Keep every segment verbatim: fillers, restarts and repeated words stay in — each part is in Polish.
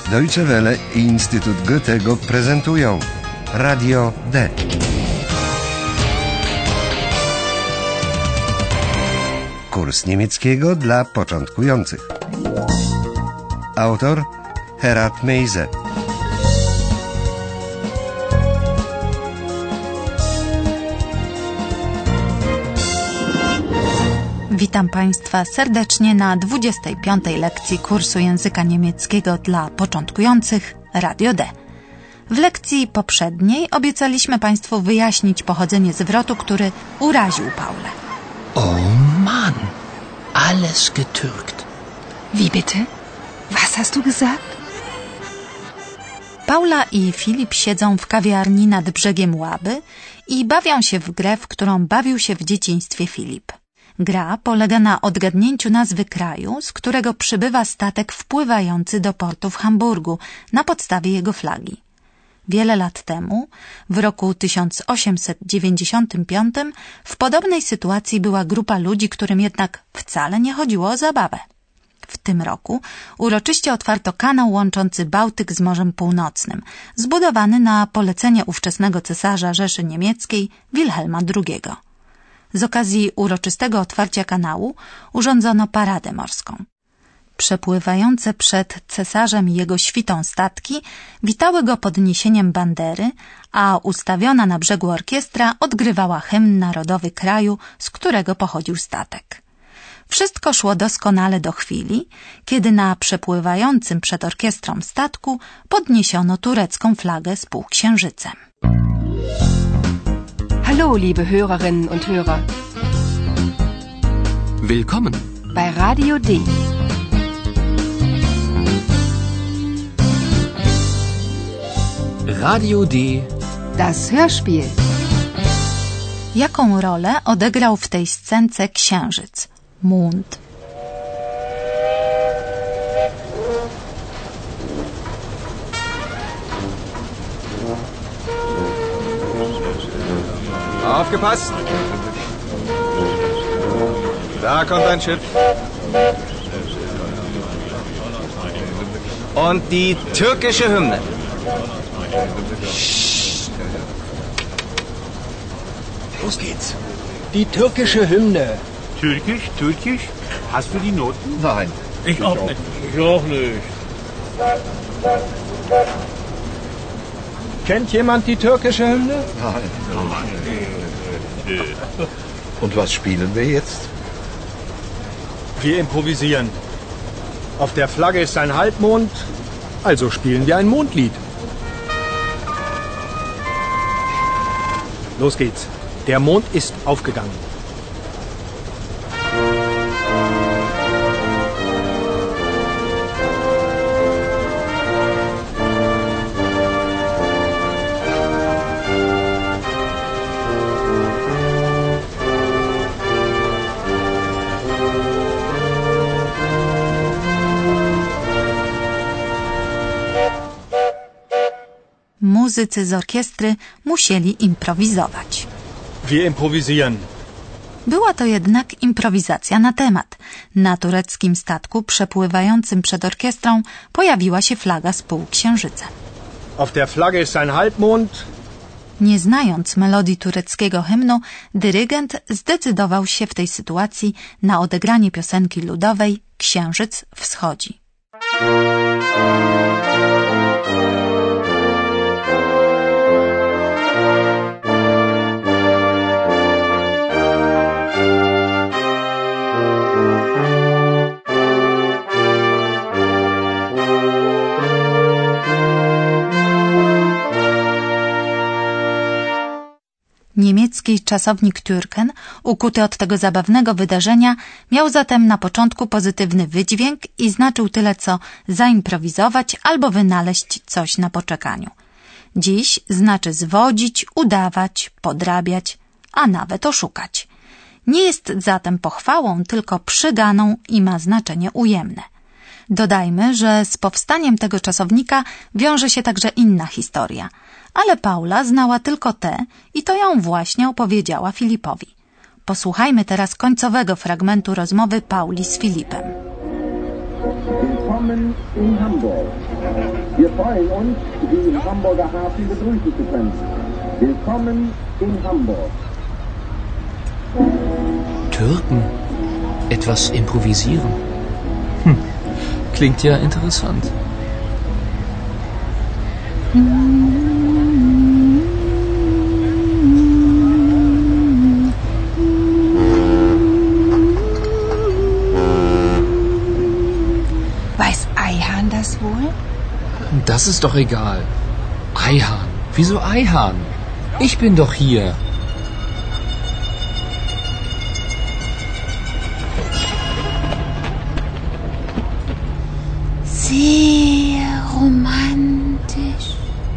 Deutsche Welle i Instytut Goethego prezentują Radio D. Kurs niemieckiego dla początkujących. Autor Herat Meize. Witam Państwa serdecznie na dwudziestej piątej lekcji kursu języka niemieckiego dla początkujących Radio D. W lekcji poprzedniej obiecaliśmy Państwu wyjaśnić pochodzenie zwrotu, który uraził Paulę. Oh Mann, alles getürkt. Wie bitte? Was hast du gesagt? Paula i Filip siedzą w kawiarni nad brzegiem Łaby i bawią się w grę, w którą bawił się w dzieciństwie Filip. Gra polega na odgadnięciu nazwy kraju, z którego przybywa statek wpływający do portu w Hamburgu na podstawie jego flagi. Wiele lat temu, w roku tysiąc osiemset dziewięćdziesiątym piątym, w podobnej sytuacji była grupa ludzi, którym jednak wcale nie chodziło o zabawę. W tym roku uroczyście otwarto kanał łączący Bałtyk z Morzem Północnym, zbudowany na polecenie ówczesnego cesarza Rzeszy Niemieckiej Wilhelma drugiego. Z okazji uroczystego otwarcia kanału urządzono paradę morską. Przepływające przed cesarzem i jego świtą statki witały go podniesieniem bandery, a ustawiona na brzegu orkiestra odgrywała hymn narodowy kraju, z którego pochodził statek. Wszystko szło doskonale do chwili, kiedy na przepływającym przed orkiestrą statku podniesiono turecką flagę z półksiężycem. Hallo, liebe Hörerinnen und Hörer. Willkommen bei Radio D. Radio D. Das Hörspiel. Jaką rolę odegrał w tej scence księżyc, Mond? Aufgepasst! Da kommt ein Schiff. Und die türkische Hymne. Los geht's. Die türkische Hymne. Türkisch, Türkisch? Hast du die Noten? Nein. Ich auch nicht. Ich auch nicht. Kennt jemand die türkische Hymne? Nein. Und was spielen wir jetzt? Wir improvisieren. Auf der Flagge ist ein Halbmond, also spielen wir ein Mondlied. Los geht's. Der Mond ist aufgegangen. Muzycy z orkiestry musieli improwizować. Wir improvisieren. Była to jednak improwizacja na temat. Na tureckim statku przepływającym przed orkiestrą pojawiła się flaga z półksiężycem. Auf der Flagge ist ein Halbmond. Nie znając melodii tureckiego hymnu, dyrygent zdecydował się w tej sytuacji na odegranie piosenki ludowej Księżyc wschodzi. Niemiecki czasownik Türken, ukuty od tego zabawnego wydarzenia, miał zatem na początku pozytywny wydźwięk i znaczył tyle co zaimprowizować albo wynaleźć coś na poczekaniu. Dziś znaczy zwodzić, udawać, podrabiać, a nawet oszukać. Nie jest zatem pochwałą, tylko przyganą i ma znaczenie ujemne. Dodajmy, że z powstaniem tego czasownika wiąże się także inna historia, ale Paula znała tylko tę i to ją właśnie opowiedziała Filipowi. Posłuchajmy teraz końcowego fragmentu rozmowy Pauli z Filipem. Willkommen in Hamburg. Wir freuen uns, Sie im Hamburger Hafen begrüßen zu können. Willkommen in Hamburg. Türken. Etwas improvisieren. Hm. Klingt ja interessant. Weiß Eihahn das wohl? Das ist doch egal. Eihahn. Wieso Eihahn? Ich bin doch hier. Sehr romantisch.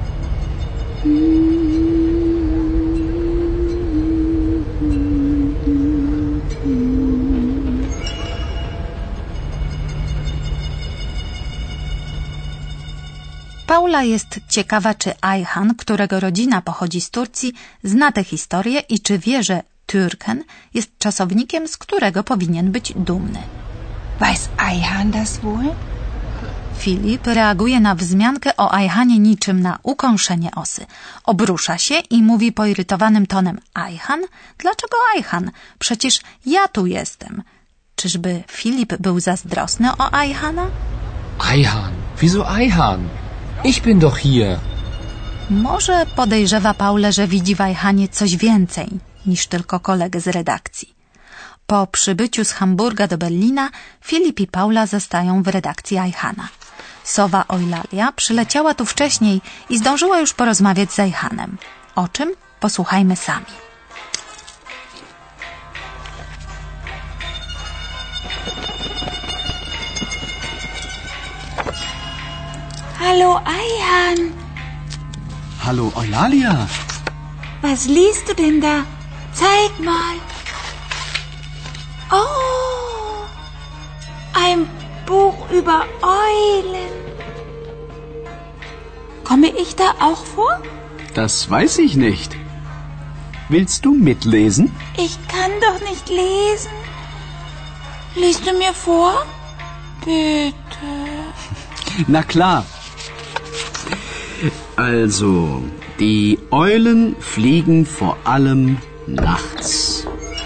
Paula jest ciekawa, czy Ayhan, którego rodzina pochodzi z Turcji, zna tę historię i czy wie, że Türken jest czasownikiem, z którego powinien być dumny. Weiß Eihahn das wohl? Filip reaguje na wzmiankę o Ayhanie niczym na ukąszenie osy. Obrusza się i mówi poirytowanym tonem: Ayhan? Dlaczego Ayhan? Przecież ja tu jestem. Czyżby Filip był zazdrosny o Ayhana? Ayhan. Wieso Ayhan? Ich bin doch hier. Może podejrzewa Paulę, że widzi w Ayhanie coś więcej niż tylko kolegę z redakcji. Po przybyciu z Hamburga do Berlina Filip i Paula zostają w redakcji Ayhana. Sowa Eulalia przyleciała tu wcześniej i zdążyła już porozmawiać z Ayhanem. O czym? Posłuchajmy sami. Hallo Eihahn. Hallo Eulalia. Was liest du denn da? Zeig mal. Oh, ein Buch über Eulen. Komme ich da auch vor? Das weiß ich nicht. Willst du mitlesen? Ich kann doch nicht lesen. Liest du mir vor? Bitte. Na klar. Also, die Eulen fliegen vor allem nachts.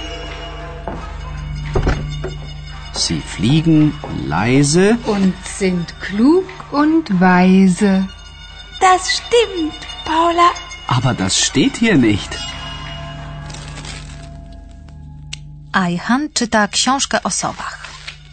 Sie fliegen leise und sind klug und weise. Das stimmt, Paula. Aber das steht hier nicht. Ayhan czyta książkę o sowach.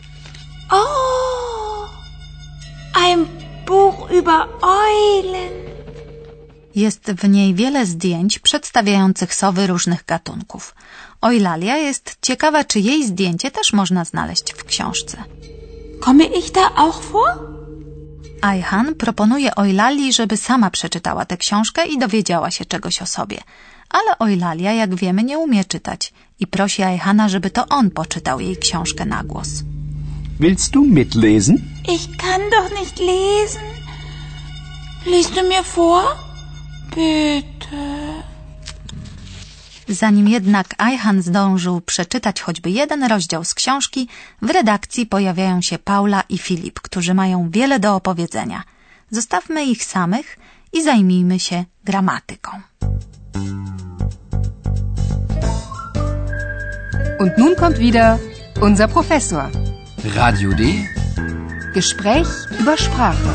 Oh, ein Buch über Eulen. Jest w niej wiele zdjęć przedstawiających sowy różnych gatunków. Eulalia jest ciekawa, czy jej zdjęcie też można znaleźć w książce. Komme ich da auch vor? Ayhan proponuje Eulalii, żeby sama przeczytała tę książkę i dowiedziała się czegoś o sobie. Ale Eulalia, jak wiemy, nie umie czytać i prosi Ayhana, żeby to on poczytał jej książkę na głos. Willst du mitlesen? Ich kann doch nicht lesen. Liest du mir vor? Bitte. Zanim jednak Ayhan zdążył przeczytać choćby jeden rozdział z książki, w redakcji pojawiają się Paula i Filip, którzy mają wiele do opowiedzenia. Zostawmy ich samych i zajmijmy się gramatyką. Und nun kommt wieder unser Professor. Radio D. Gespräch über Sprache.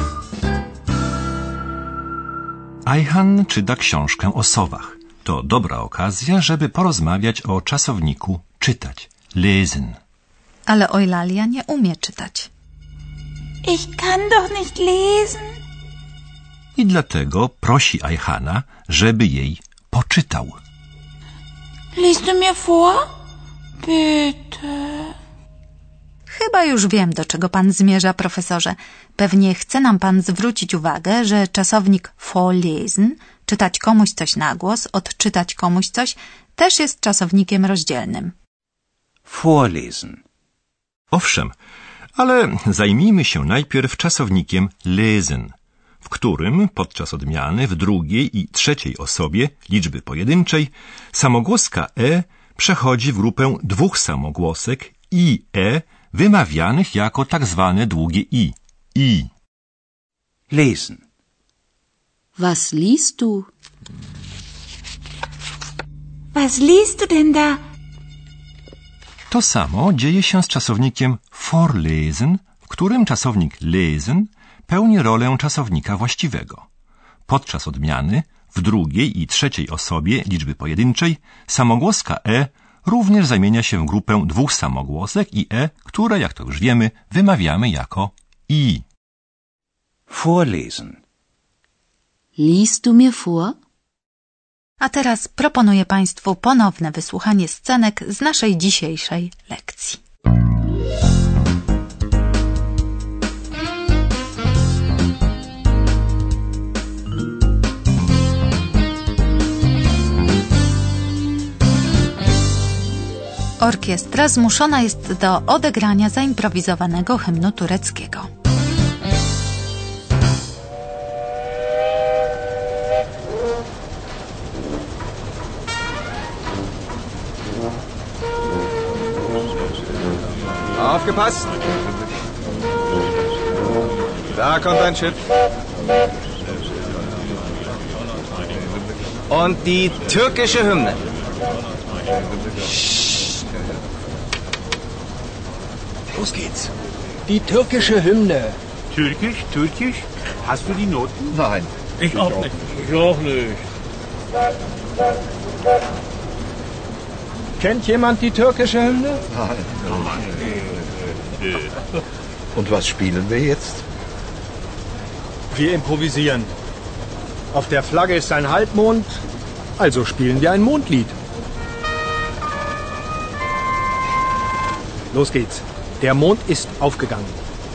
Ayhan czyta książkę o sowach. To dobra okazja, żeby porozmawiać o czasowniku czytać. Lesen. Ale Eulalia nie umie czytać. Ich kann doch nicht lesen. I dlatego prosi Ayhana, żeby jej poczytał. Liest du mir vor? Bitte. Chyba już wiem, do czego pan zmierza, profesorze. Pewnie chce nam pan zwrócić uwagę, że czasownik vorlesen, czytać komuś coś na głos, odczytać komuś coś, też jest czasownikiem rozdzielnym. Vorlesen. Owszem, ale zajmijmy się najpierw czasownikiem lesen, w którym podczas odmiany w drugiej i trzeciej osobie liczby pojedynczej samogłoska e przechodzi w grupę dwóch samogłosek i e wymawianych jako tak zwane długie i. I. Lesen. Was liest du? Was liest du denn da? To samo dzieje się z czasownikiem vorlesen, w którym czasownik lesen pełni rolę czasownika właściwego. Podczas odmiany w drugiej i trzeciej osobie liczby pojedynczej samogłoska e również zamienia się w grupę dwóch samogłosek i e, które, jak to już wiemy, wymawiamy jako i. Vorlesen. Liest du mir vor? A teraz proponuję Państwu ponowne wysłuchanie scenek z naszej dzisiejszej lekcji. Orkiestra zmuszona jest do odegrania zaimprowizowanego hymnu tureckiego. Aufgepasst! Da kommt ein Schiff. Und die türkische Hymne. Los geht's. Die türkische Hymne. Türkisch, Türkisch? Hast du die Noten? Nein. Ich auch nicht. Ich auch nicht. Kennt jemand die türkische Hymne? Nein. Und was spielen wir jetzt? Wir improvisieren. Auf der Flagge ist ein Halbmond, also spielen wir ein Mondlied. Los geht's. Der Mond ist aufgegangen.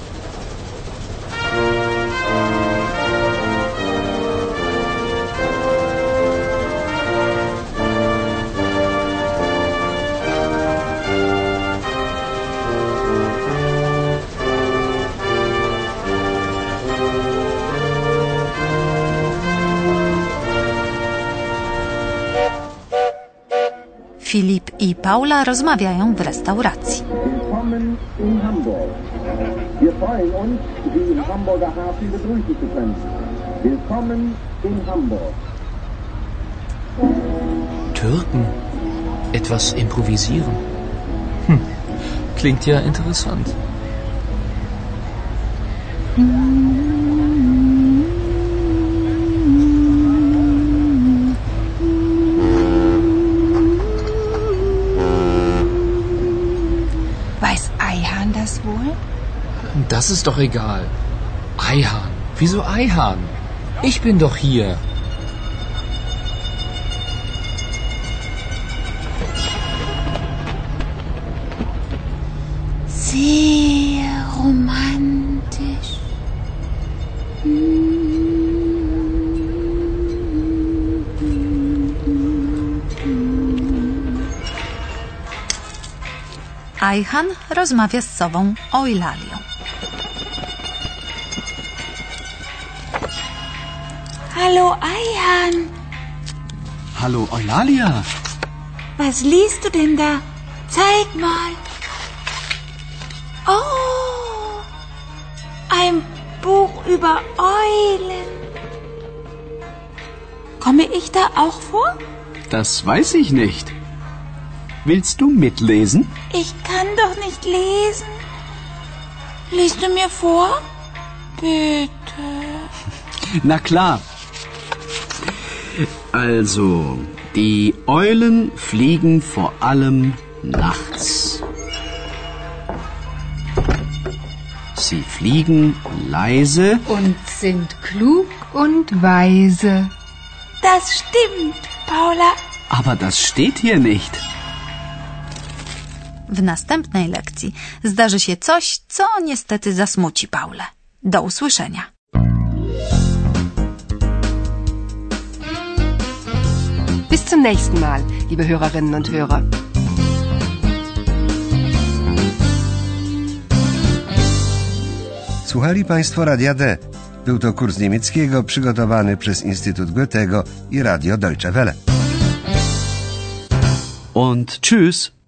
Filip i Paula rozmawiają w restauracji. Willkommen in Hamburg. Wir freuen uns, Sie im Hamburger Hafen begrüßen zu können. Willkommen in Hamburg. Türken. Etwas improvisieren. Hm. Klingt ja interessant. Weiß Eihahn das wohl? Das ist doch egal. Eihahn. Wieso Eihahn? Ich bin doch hier. Sehr romantisch. Ajhan rozmawia z sową Eulalią. Hallo Eihahn. Hallo Eulalia. Was liest du denn da? Zeig mal. Oh, ein Buch über Eulen. Komme ich da auch vor? Das weiß ich nicht. Willst du mitlesen? Ich kann doch nicht lesen. Liest du mir vor? Bitte. Na klar. Also, die Eulen fliegen vor allem nachts. Sie fliegen leise und sind klug und weise. Das stimmt, Paula. Aber das steht hier nicht. W następnej lekcji zdarzy się coś, co niestety zasmuci Paulę. Do usłyszenia. Bis zum nächsten Mal, liebe Hörerinnen und Hörer. Słuchali Państwo Radia D. Był to kurs niemieckiego przygotowany przez Instytut Goethego i Radio Deutsche Welle. Und tschüss.